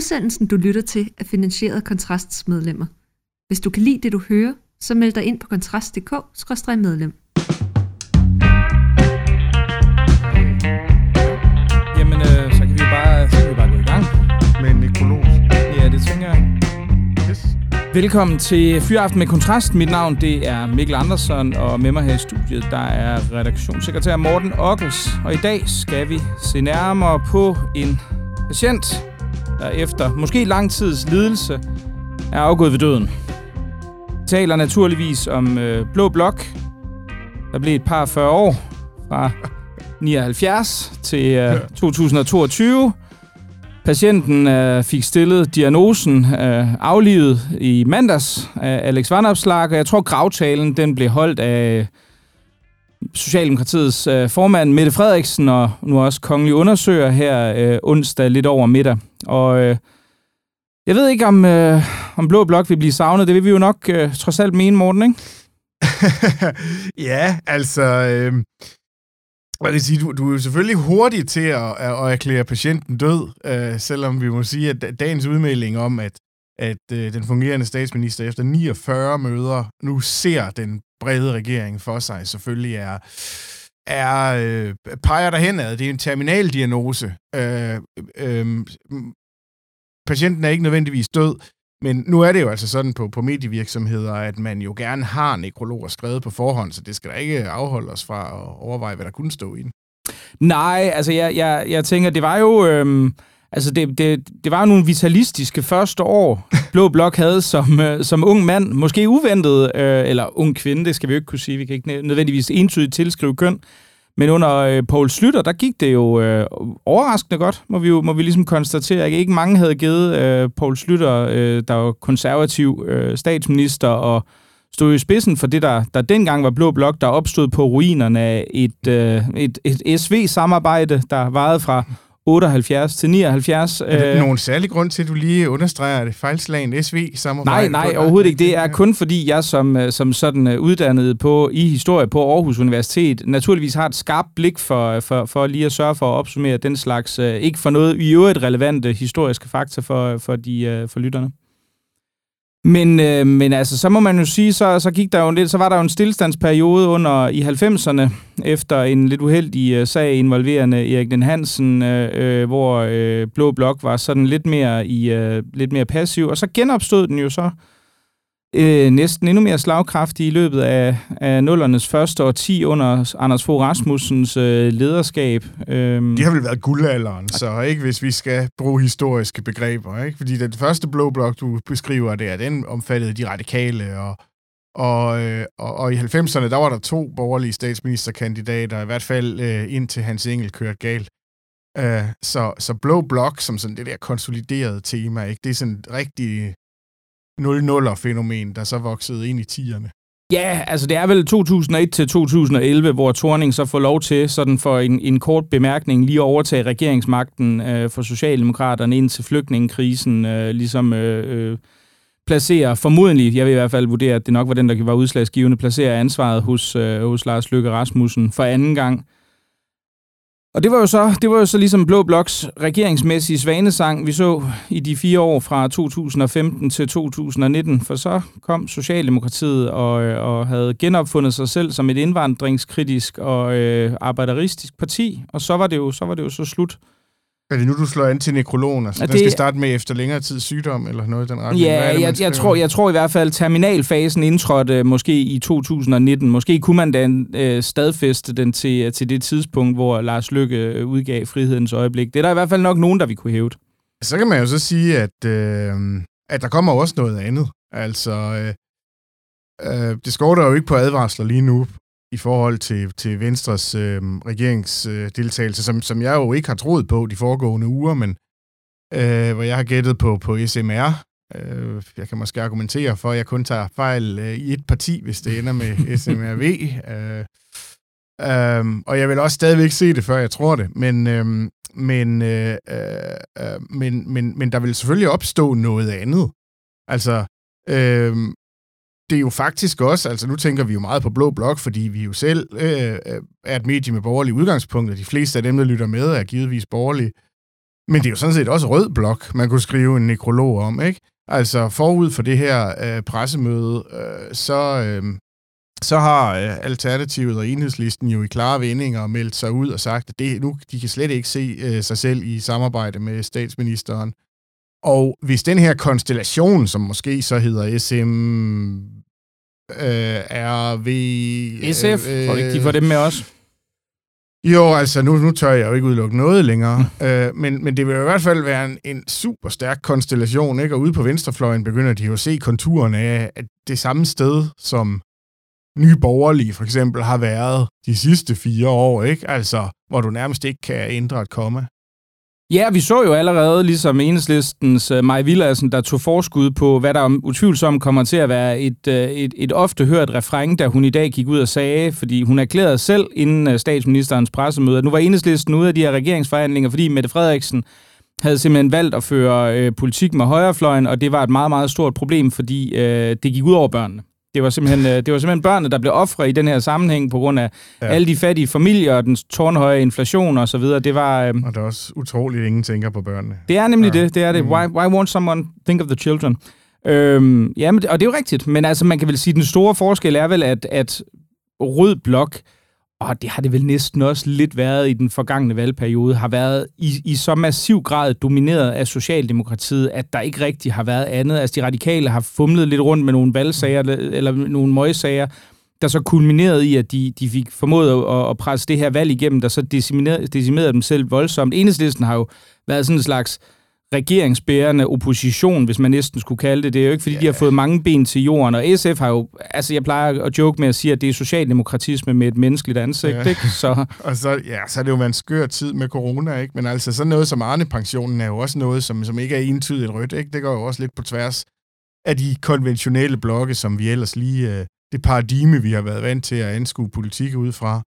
Udsendelsen, du lytter til, er finansieret af Kontrasts medlemmer. Hvis du kan lide det, du hører, så meld dig ind på kontrast.dk/medlem. Jamen, så kan vi bare gå i gang. Med en nekrolog. Ja, det tænker jeg. Yes. Velkommen til Fyraften med Kontrast. Mit navn, det er Mikkel Andersson, og med mig her i studiet, der er redaktionssekretær Morten Ockels. Og i dag skal vi se nærmere på en patient, der efter måske lang tids lidelse er afgået ved døden. Vi taler naturligvis om Blå Blok. Der blev et par 40 år fra 79 til 2022. Patienten fik stillet diagnosen aflivet i mandags af Alex Vanopslagh, og jeg tror gravtalen den blev holdt af Socialdemokratiets formand Mette Frederiksen og nu også kongelig undersøger her onsdag lidt over middag. Og jeg ved ikke, om Blå Blok vil blive savnet. Det vil vi jo nok trods alt mene, Morten, ikke? Ja, altså... Jeg kan sige, du er jo selvfølgelig hurtig til at erklære patienten død, selvom vi må sige, at dagens udmelding om, at den fungerende statsminister efter 49 møder nu ser den brede regering for sig, selvfølgelig peger derhen ad. Det er en terminaldiagnose. Patienten er ikke nødvendigvis død, men nu er det jo altså sådan på medievirksomheder, at man jo gerne har nekrologer skrevet på forhånd, så det skal da ikke afholde os fra at overveje, hvad der kunne stå i den. Nej, altså jeg tænker, det var jo... det var jo nogle vitalistiske første år, Blå Blok havde som ung mand. Måske uventet, eller ung kvinde, det skal vi jo ikke kunne sige. Vi kan ikke nødvendigvis entydigt tilskrive køn. Men under Poul Schlüter, der gik det jo overraskende godt, må vi ligesom konstatere. Ikke mange havde givet Poul Schlüter, der var konservativ statsminister, og stod i spidsen for det, der dengang var Blå Blok, der opstod på ruinerne af et SV-samarbejde, der varede fra 78 til 79. Er der nogen særlig grund til, at du lige understreger det fejlslagen SV-samarbejde? Nej, overhovedet ikke. Det er kun fordi, jeg som sådan uddannet i historie på Aarhus Universitet, naturligvis har et skarpt blik for lige at sørge for at opsummere den slags, ikke for noget i øvrigt relevante historiske fakta for lytterne. Men altså, så må man jo sige, så var der jo en stillstandsperiode i 90'erne, efter en lidt uheldig sag involverende Erik Den Hansen, hvor Blå Blok var sådan lidt mere passiv, og så genopstod den jo så næsten endnu mere slagkraftig i løbet af nullernes første årti under Anders Fogh Rasmussens lederskab. De har vel været guldalderen, så ikke hvis vi skal bruge historiske begreber, ikke? Fordi den første Blå Blok, du beskriver der, den omfattede de radikale, og i 90'erne, der var der 2 borgerlige statsministerkandidater, i hvert fald indtil Hans Engel kørte galt. Så Blå Blok, som sådan det der konsoliderede tema, ikke? Det er sådan rigtig 0-0'er-fænomen, der så voksede ind i 10'erne. Ja, altså det er vel 2001 til 2011, hvor Thorning så får lov til, sådan for en kort bemærkning, lige at overtage regeringsmagten for Socialdemokraterne ind til flygtningekrisen, placerer formodentlig, jeg vil i hvert fald vurdere, at det nok var den, der var udslagsgivende, placerer ansvaret hos Lars Løkke Rasmussen for anden gang. Og det var jo så ligesom Blå Bloks regeringsmæssige svanesang, vi så i de 4 år fra 2015 til 2019, for så kom Socialdemokratiet og havde genopfundet sig selv som et indvandringskritisk og arbejderistisk parti, og så var det jo så slut. Er det nu, du slår an til nekrologen? Altså, den skal starte med efter længere tid sygdom, eller noget i den retning? Ja, jeg tror i hvert fald, terminalfasen indtrådte måske i 2019. Måske kunne man da stadfæste den til det tidspunkt, hvor Lars Løkke udgav Frihedens Øjeblik. Det er der i hvert fald nok nogen, der vi kunne hæve. Så kan man jo så sige, at der kommer også noget andet. Altså, det skorter jo ikke på advarsler lige nu, i forhold til Venstres regeringsdeltagelse, som jeg jo ikke har troet på de foregående uger, men hvor jeg har gættet på SMR. Jeg kan måske argumentere for, at jeg kun tager fejl i et parti, hvis det ender med SMRV. Og jeg vil også stadigvæk se det, før jeg tror det. Men der vil selvfølgelig opstå noget andet. Altså, det er jo faktisk også, altså nu tænker vi jo meget på Blå Blok, fordi vi jo selv er et medie med borgerlige udgangspunkter. De fleste af dem, der lytter med, er givetvis borgerlige. Men det er jo sådan set også rød blok, man kunne skrive en nekrolog om, ikke? Altså forud for det her pressemøde, så har Alternativet og Enhedslisten jo i klare vendinger meldt sig ud og sagt, at de kan slet ikke se sig selv i samarbejde med statsministeren. Og hvis den her konstellation, som måske så hedder RV... SF, får ikke de får dem med os? Jo, altså nu tør jeg jo ikke udelukke noget længere, men det vil i hvert fald være en super stærk konstellation, ikke? Og ude på venstrefløjen begynder de jo at se konturerne af, at det samme sted, som Nye Borgerlige for eksempel har været de sidste 4 år, ikke? Altså, hvor du nærmest ikke kan ændre et komma. Ja, vi så jo allerede, ligesom Enhedslistens Mai Villadsen, der tog forskud på, hvad der utvivlsomt kommer til at være et ofte hørt refræng, da hun i dag gik ud og sagde, fordi hun erklærede selv inden statsministerens pressemøde, at nu var Enhedslisten ude af de her regeringsforhandlinger, fordi Mette Frederiksen havde simpelthen valgt at føre politik med højrefløjen, og det var et meget, meget stort problem, fordi det gik ud over børnene. Det var simpelthen børnene, der blev ofre i den her sammenhæng på grund af alle de fattige familier og den tårnhøje inflation og så videre. Det var og der er også utroligt, ingen tænker på børnene. Det er nemlig det. Det er det. Why won't someone think of the children? Og det er jo rigtigt. Men altså, man kan vel sige, at den store forskel er vel, at rød blok, og det har det vel næsten også lidt været i den forgangne valgperiode, har været i så massiv grad domineret af Socialdemokratiet, at der ikke rigtig har været andet. Altså de radikale har fumlet lidt rundt med nogle valgsager, eller nogle møgsager, der så kulminerede i, at de fik formået at presse det her valg igennem, der så decimerede dem selv voldsomt. Enhedslisten har jo været sådan en slags regeringsbærende opposition, hvis man næsten skulle kalde det. Det er jo ikke, fordi de har fået mange ben til jorden, og SF har jo, altså jeg plejer at joke med at sige, at det er socialdemokratisme med et menneskeligt ansigt, ikke? Så er det jo en skør tid med corona, ikke? Men altså sådan noget som Arne-pensionen er jo også noget, som ikke er entydigt rødt, ikke? Det går jo også lidt på tværs af de konventionelle blokke, som vi ellers lige, det paradigme, vi har været vant til at anskue politik ud fra.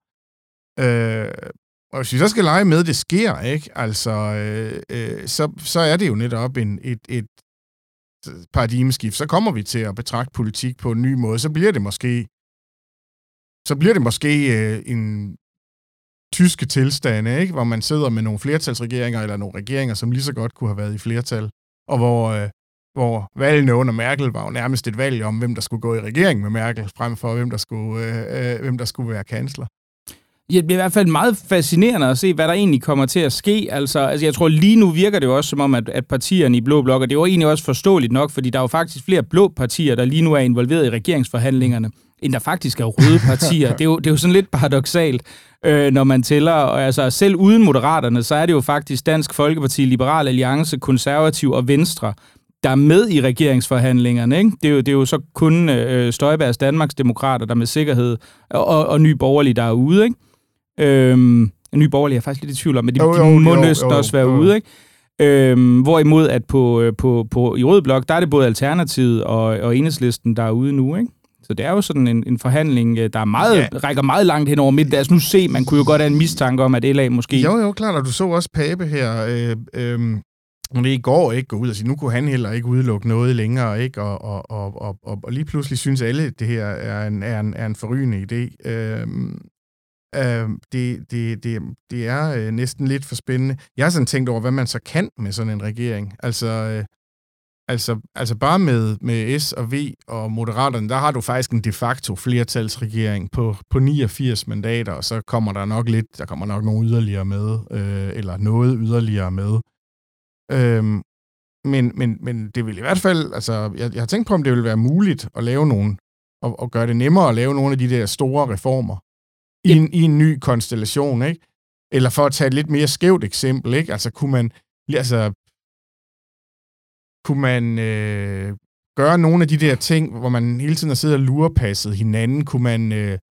Og hvis vi så skal lege med, det sker, ikke? Altså, så er det jo netop et paradigmeskift. Så kommer vi til at betragte politik på en ny måde. Så bliver det måske en tyske tilstande, ikke? Hvor man sidder med nogle flertalsregeringer, eller nogle regeringer, som lige så godt kunne have været i flertal, og hvor valgene under Merkel var jo nærmest et valg om, hvem der skulle gå i regering med Merkel, frem for hvem der skulle være kansler. Ja, det er i hvert fald meget fascinerende at se, hvad der egentlig kommer til at ske. Altså jeg tror lige nu virker det jo også som om, at partierne i blå blok, og det er jo egentlig også forståeligt nok, fordi der er jo faktisk flere blå partier, der lige nu er involveret i regeringsforhandlingerne, end der faktisk er røde partier. Det er jo sådan lidt paradoksalt, når man tæller. Og altså selv uden Moderaterne, så er det jo faktisk Dansk Folkeparti, Liberal Alliance, Konservativ og Venstre, der er med i regeringsforhandlingerne, ikke? Det er jo så kun Støjbergs Danmarks Demokrater, der med sikkerhed, og Nye Borgerlige, der er ude, ikke? Nye Borgerlige er faktisk lidt i tvivl om, men de må næsten også være ude, ikke? Hvorimod at i rød blok, der er det både Alternativet og Enhedslisten, der er ude nu, ikke? Så det er jo sådan en forhandling, der rækker meget langt hen over midt. Lad os nu se, man kunne jo godt have en mistanke om, at LA måske... Jo, klart, og du så også Pape her, og det i går ikke gå ud og sige, nu kunne han heller ikke udelukke noget længere, ikke? Og lige pludselig synes alle, det her er en forrygende idé. Det er næsten lidt for spændende. Jeg har sådan tænkt over, hvad man så kan med sådan en regering. Altså bare med S og V og Moderaterne, der har du faktisk en de facto flertalsregering på 89 mandater, og så kommer der kommer nok nogle yderligere med, eller noget yderligere med. Men det vil i hvert fald, altså jeg har tænkt på, om det vil være muligt at lave nogle, og gøre det nemmere at lave nogle af de der store reformer i en ny konstellation, ikke? Eller for at tage et lidt mere skævt eksempel, ikke? Altså kunne man gøre nogle af de der ting, hvor man hele tiden har siddet og lurepasset hinanden, kunne man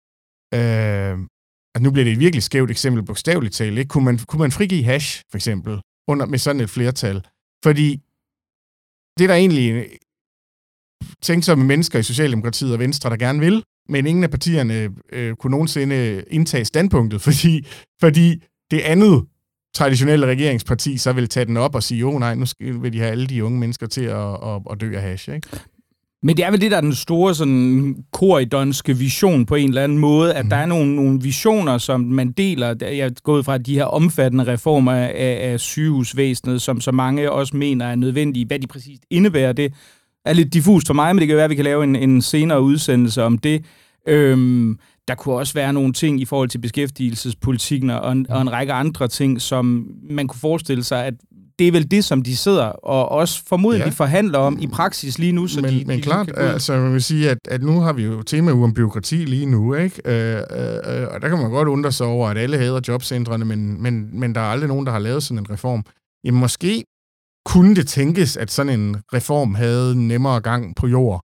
nu bliver det et virkelig skævt eksempel, bogstaveligt talt, ikke? Kunne man frigive hash, for eksempel, med sådan et flertal? Fordi det er der egentlig tænksomme mennesker i Socialdemokratiet og Venstre, der gerne vil, men ingen af partierne kunne nogensinde indtage standpunktet, fordi det andet traditionelle regeringsparti så vil tage den op og sige, nej, nu vil de have alle de unge mennesker til at dø af hash, ikke? Men det er vel det, der er den store sådan koridonske vision på en eller anden måde, at der er nogle visioner, som man deler. Jeg er gået fra de her omfattende reformer af sygehusvæsenet, som så mange også mener er nødvendige. Hvad de præcis indebærer, det er lidt diffust for mig, men det kan være, at vi kan lave en senere udsendelse om det. Der kunne også være nogle ting i forhold til beskæftigelsespolitikken og en række andre ting, som man kunne forestille sig, at det er vel det, som de sidder og også formodentlig forhandler om i praksis lige nu. Så men klart, altså man vil sige, at nu har vi jo tema om bureaukrati lige nu, ikke? Og der kan man godt undre sig over, at alle hader jobcentrene, men der er aldrig nogen, der har lavet sådan en reform. Jamen måske kunne det tænkes, at sådan en reform havde nemmere gang på jord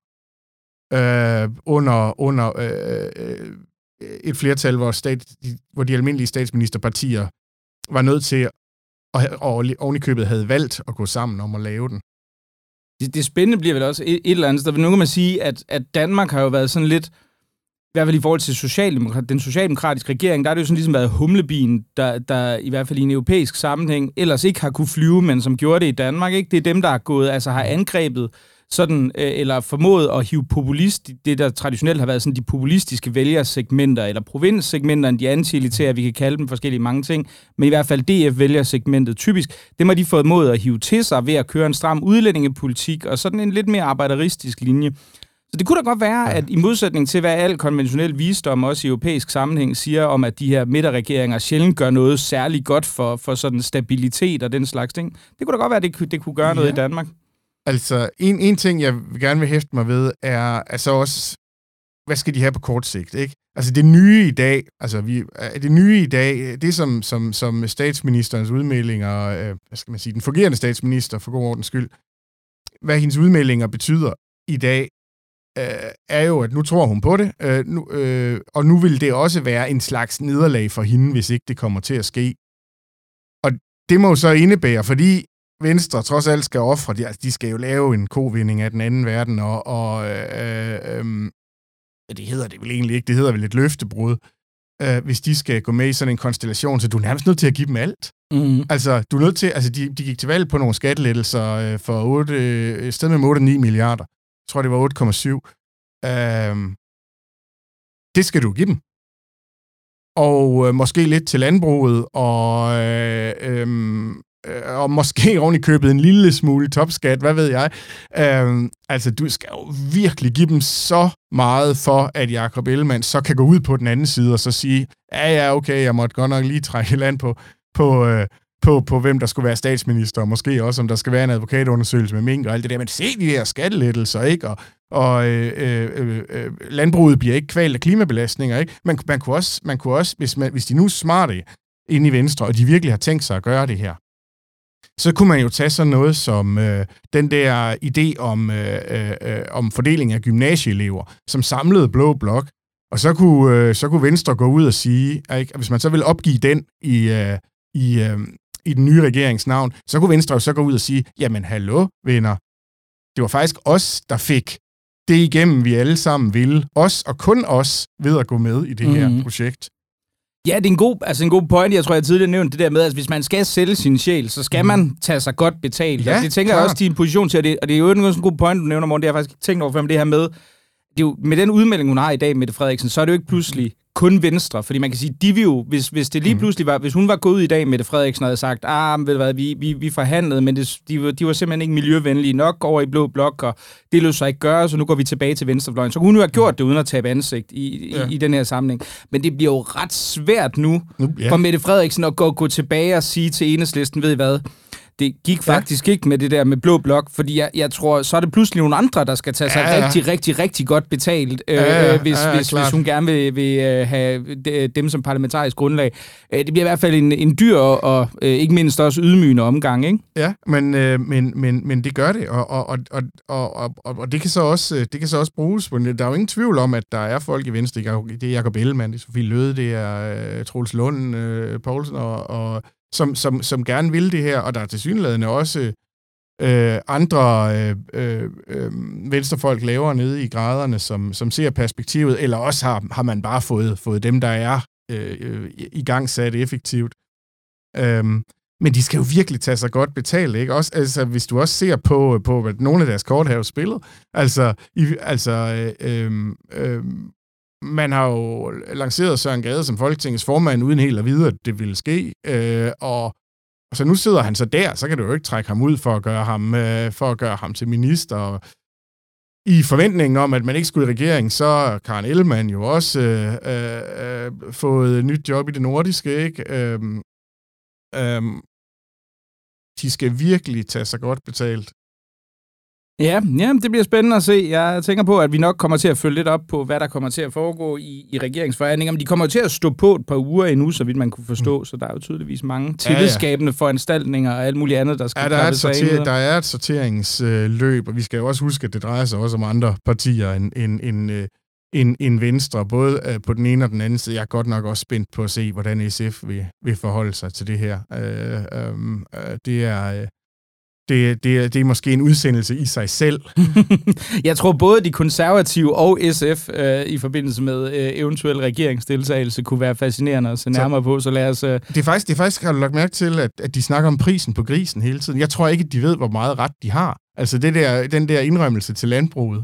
under et flertal, hvor de almindelige statsministerpartier var nødt til og ovenikøbet havde valgt at gå sammen om at lave den. Det spændende bliver vel også et eller andet sted. Nu kan man sige, at Danmark har jo været sådan lidt, i hvert fald i forhold til den socialdemokratiske regering, der har det jo sådan ligesom været humlebien, der i hvert fald i en europæisk sammenhæng ellers ikke har kunne flyve, men som gjorde det i Danmark. Ikke? Det er dem, der har angrebet sådan, eller formået at hive det der traditionelt har været sådan de populistiske vælgersegmenter, eller provinssegmenterne, de anti-elitære, vi kan kalde dem forskellige mange ting, men i hvert fald DF-vælgersegmentet typisk, dem har de fået mod at hive til sig ved at køre en stram udlændingepolitik, og sådan en lidt mere arbejderistisk linje. Så det kunne da godt være, at i modsætning til, hvad al konventionel visdom, også i europæisk sammenhæng, siger om, at de her midterregeringer sjældent gør noget særligt godt for sådan stabilitet og den slags ting, det kunne da godt være, at det kunne gøre noget i Danmark. Altså, en ting, jeg gerne vil hæfte mig ved, er altså også, hvad skal de have på kort sigt, ikke? Altså, det nye i dag, det som statsministerens udmeldinger, hvad skal man sige, den fungerende statsminister, for god ordens skyld, hvad hendes udmeldinger betyder i dag, er jo, at nu tror hun på det, og nu vil det også være en slags nederlag for hende, hvis ikke det kommer til at ske. Og det må jo så indebære, fordi Venstre trods alt skal ofre, de skal jo lave en kovinding af den anden verden, og det hedder det vel egentlig ikke, det hedder vel et løftebrud, hvis de skal gå med i sådan en konstellation, så du er nærmest nødt til at give dem alt. Altså, du er nødt til, altså de gik til valg på nogle skattelettelser for et sted med 8-9 milliarder. Jeg tror, det var 8,7. Det skal du give dem. Og måske lidt til landbruget, og måske oven i købet en lille smule topskat, hvad ved jeg. Altså, du skal jo virkelig give dem så meget for, at Jakob Ellemann så kan gå ud på den anden side og så sige, ja, okay, jeg måtte godt nok lige trække land på hvem der skulle være statsminister, og måske også, om der skal være en advokatundersøgelse med mink og alt det der. Men se de der skattelettelser, ikke? Og landbruget bliver ikke kvalt af klimabelastninger, ikke? Man kunne også hvis de nu er smarte inde i Venstre, og de virkelig har tænkt sig at gøre det her, så kunne man jo tage sådan noget som den der idé om fordeling af gymnasieelever, som samlede blå blok, og så kunne Venstre gå ud og sige, ikke, hvis man så vil opgive den i den nye regerings navn, så kunne Venstre jo så gå ud og sige, jamen hallo, venner, det var faktisk os, der fik det igennem, vi alle sammen ville. Os og kun os ved at gå med i det her projekt. Ja, det er en god point. Jeg tror, jeg tidligere nævnte det der med, at hvis man skal sælge sin sjæl, så skal man tage sig godt betalt. Ja, det tænker jeg også, din position til, og det er jo en god point, du nævner, Morten. Det har jeg faktisk ikke tænkt over, for det her med, det er jo, med den udmelding, hun har i dag, Mette Frederiksen, så er det jo ikke pludselig kun Venstre, fordi man kan sige, de vil jo, hvis det lige pludselig var, hvis hun var gået ud i dag, Mette Frederiksen, og havde sagt, ved du hvad, vi forhandlede, men de var simpelthen ikke miljøvenlige nok over i blå blok, og det lød sig ikke gøre, så nu går vi tilbage til venstrefløjen. Så kunne hun jo have gjort det uden at tabe ansigt i den her sammenhæng. Men det bliver jo ret svært nu for Mette Frederiksen at gå tilbage og sige til Enhedslisten, ved I hvad, det gik faktisk ikke med det der med blå blok, fordi jeg tror, så er det pludselig nogle andre, der skal tage sig rigtig, rigtig, rigtig godt betalt, hvis hun gerne vil have dem som parlamentarisk grundlag. Det bliver i hvert fald en dyr og ikke mindst også ydmygende omgang, ikke? Ja, men det gør det, og det kan så også bruges. Der er jo ingen tvivl om, at der er folk i Venstre. Det er Jakob Ellemann, det er Sofie Løhde, det er Troels Lund Poulsen og som gerne vil det her, og der er tilsyneladende også andre venstrefolk lavere nede i graderne, som ser perspektivet, eller også har man bare fået dem, der er i gang sat effektivt. Men de skal jo virkelig tage sig godt betalt, ikke? Også, altså, hvis du også ser på hvad nogle af deres kort har jo spillet. Man har jo lanceret Søren Gade som Folketingets formand, uden helt at vide, at det ville ske. Og så nu sidder han så der, så kan du jo ikke trække ham ud for at gøre ham til minister. I forventningen om, at man ikke skulle i regering, så har Karen Ellemann jo også fået et nyt job i det nordiske, ikke? De skal virkelig tage sig godt betalt. Ja, det bliver spændende at se. Jeg tænker på, at vi nok kommer til at følge lidt op på, hvad der kommer til at foregå i regeringsforhandlinger. Men de kommer til at stå på et par uger endnu, så vidt man kunne forstå. Så der er jo tydeligvis mange tillidsskabende foranstaltninger og alt muligt andet, der skal klappes sig ind. Der er et sorteringsløb, og vi skal jo også huske, at det drejer sig også om andre partier end Venstre, både på den ene og den anden side. Jeg er godt nok også spændt på at se, hvordan SF vil forholde sig til det her. Det er måske en udsendelse i sig selv. Jeg tror både de konservative og SF i forbindelse med eventuel regeringsdeltagelse kunne være fascinerende at se nærmere på, så lad os... Det er faktisk, har du lagt mærke til, at de snakker om prisen på grisen hele tiden. Jeg tror ikke, at de ved, hvor meget ret de har. Altså den der indrømmelse til landbruget.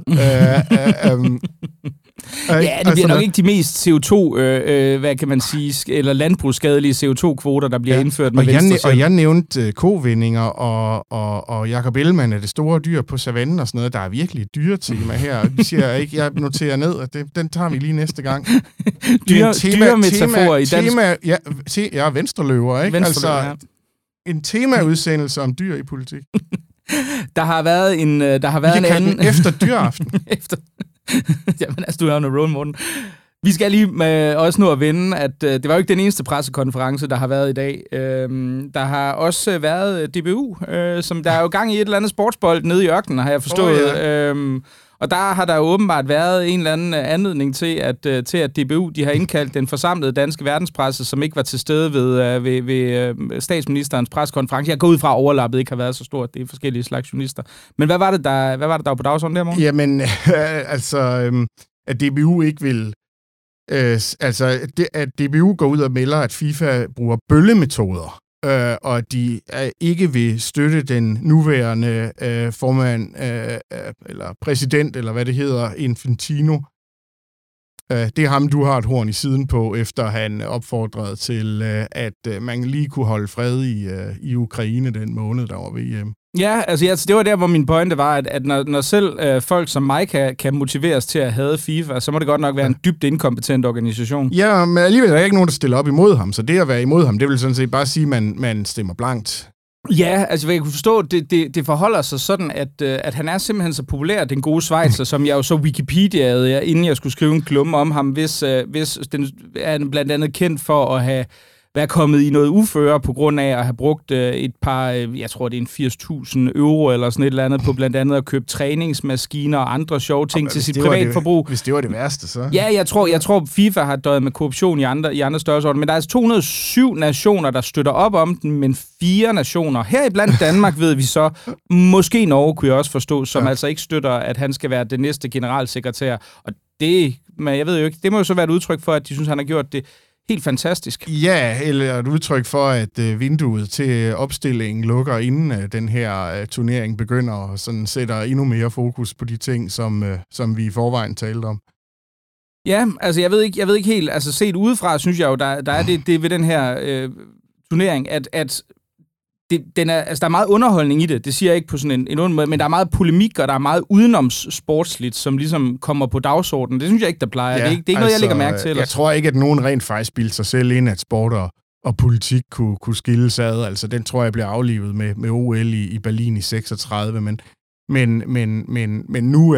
Ja, det bliver nok ikke de mest CO2, hvad kan man sige, eller landbrugsskadelige CO2-kvoter, der bliver indført med Venstre selv. Og jeg nævnte kovindinger, og Jakob Ellemann er det store dyr på savannen og sådan noget. Der er virkelig et dyretema her. Vi siger ikke, jeg noterer ned, at den tager vi lige næste gang. Dyremetafor i dansk. Ja, venstreløver, ikke? En temaudsendelse om dyr i politik. Der har været en anden... Efter dyraften. Jamen altså, du er jo roll, Morten. Vi skal lige også nå at vende, at det var jo ikke den eneste pressekonference, der har været i dag. Der har også været DBU, som der er jo gang i et eller andet sportsbold nede i ørkenen, har jeg forstået. Og der har der jo åbenbart været en eller anden anledning til, at DBU de har indkaldt den forsamlede danske verdenspresse, som ikke var til stede ved statsministerens pressekonference. Jeg går ud fra, at overlappet ikke har været så stort. Det er forskellige slags journalister. Men hvad var det, der var på dagsordenen der, Morten? Jamen, at DBU ikke vil... at DBU går ud og melder, at FIFA bruger bøllemetoder, og at de ikke vil støtte den nuværende formand, eller præsident, eller hvad det hedder, Infantino. Det er ham, du har et horn i siden på, efter han opfordrede til, at man lige kunne holde fred i Ukraine den måned, der var VM. Ja, altså det var der, hvor min pointe var, at når selv folk som mig kan motiveres til at hade FIFA, så må det godt nok være en dybt inkompetent organisation. Ja, men alligevel er der ikke nogen, der stiller op imod ham, så det at være imod ham, det vil sådan set bare sige, at man stemmer blankt. Ja, altså jeg kunne forstå, det forholder sig sådan, at han er simpelthen så populær, den gode schweizer, som jeg jo så Wikipedia'ede, inden jeg skulle skrive en klumme om ham, hvis den er blandt andet kendt for at have være kommet i noget uføre på grund af at have brugt et par, jeg tror det er 80.000 euro eller sådan et eller andet, på blandt andet at købe træningsmaskiner og andre sjove ting til sit privatforbrug. Hvis det var det værste, så... Ja, jeg tror FIFA har døjet med korruption i andre størrelsesordener, men der er altså 207 nationer, der støtter op om den, men 4 nationer, heriblandt Danmark ved vi så, måske Norge kunne jeg også forstå, som altså ikke støtter, at han skal være den næste generalsekretær. Og det, men jeg ved jo ikke, det må jo så være et udtryk for, at de synes, han har gjort det helt fantastisk. Ja, eller et udtryk for, at vinduet til opstillingen lukker, inden den her turnering begynder, og sådan sætter endnu mere fokus på de ting, som vi i forvejen talte om. Ja, altså jeg ved ikke helt, altså set udefra, synes jeg jo, der er det ved den her turnering, at der er meget underholdning i det. Det siger jeg ikke på sådan en ond måde, men der er meget polemik, og der er meget udenomssportsligt, som ligesom kommer på dagsordenen. Det synes jeg ikke, der plejer. Ja, det er ikke noget, jeg lægger mærke til. Jeg tror ikke, at nogen rent faktisk bilder sig selv ind, at sport og politik kunne skilles ad. Altså, den tror jeg bliver aflivet med OL i Berlin i 36. Men nu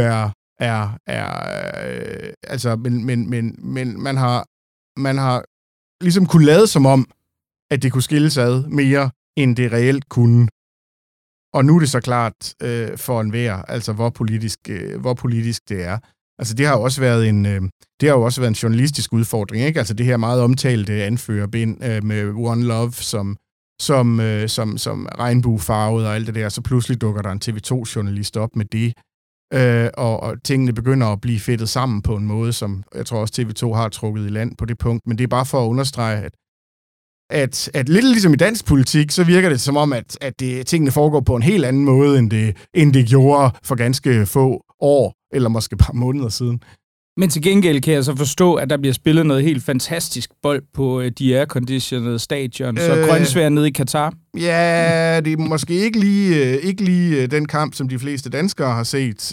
man har ligesom kunne lade som om, at det kunne skilles ad mere, end det reelt kunne. Og nu er det så klart for enhver, altså hvor politisk det er. Altså det har jo også været en journalistisk udfordring, ikke? Altså det her meget omtalte anførerbind med One Love som regnbuefarvet og alt det der, så pludselig dukker der en TV2-journalist op med det. Og tingene begynder at blive fedtet sammen på en måde, som jeg tror også TV2 har trukket i land på det punkt. Men det er bare for at understrege, at lidt ligesom i dansk politik, så virker det som om, at tingene foregår på en helt anden måde, end det gjorde for ganske få år, eller måske bare måneder siden. Men til gengæld kan jeg så forstå, at der bliver spillet noget helt fantastisk bold på de airconditionede stadion, så grønsvær nede i Katar. Ja, det er måske ikke lige den kamp, som de fleste danskere har set.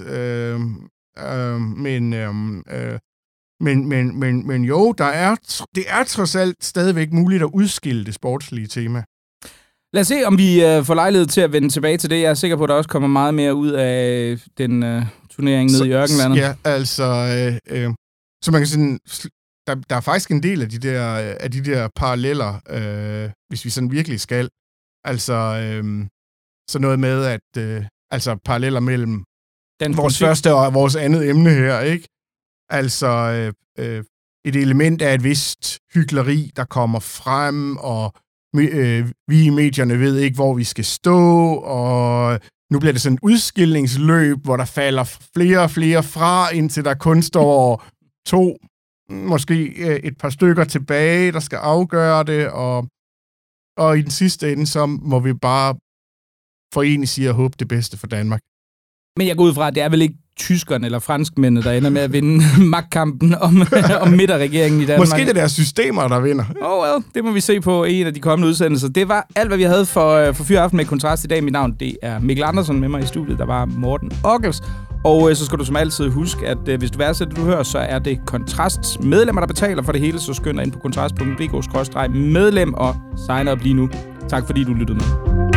Men jo, det er trods alt stadigvæk muligt at udskille det sportslige tema. Lad os se, om vi får lejlighed til at vende tilbage til det. Jeg er sikker på, at der også kommer meget mere ud af den turnering nede i ørkenlandet. Ja, altså... så man kan sige, der er faktisk en del af de der paralleller, hvis vi sådan virkelig skal. Altså, så noget med, at paralleller mellem vores første og vores andet emne her, ikke? Altså, et element af et vist hykleri, der kommer frem, og vi i medierne ved ikke, hvor vi skal stå, og nu bliver det sådan et udskillingsløb, hvor der falder flere og flere fra, indtil der kun står 2, måske et par stykker tilbage, der skal afgøre det, og i den sidste ende, så må vi bare forenig sige og håbe det bedste for Danmark. Men jeg går ud fra, at det er vel ikke tyskerne eller franskmændene, der ender med at vinde magtkampen om midterregeringen i Danmark. Måske det er deres systemer, der vinder. Well, det må vi se på en af de kommende udsendelser. Det var alt, hvad vi havde for Fyraften med Kontrast i dag. Mit navn, det er Mikkel Andersen, med mig i studiet. Der var Morten Ockels. Og så skal du som altid huske, at hvis du værdsætter det, du hører, så er det Kontrasts medlemmer, der betaler for det hele. Så skynd dig ind på kontrast.dk/medlem og sign op lige nu. Tak fordi du lyttede med.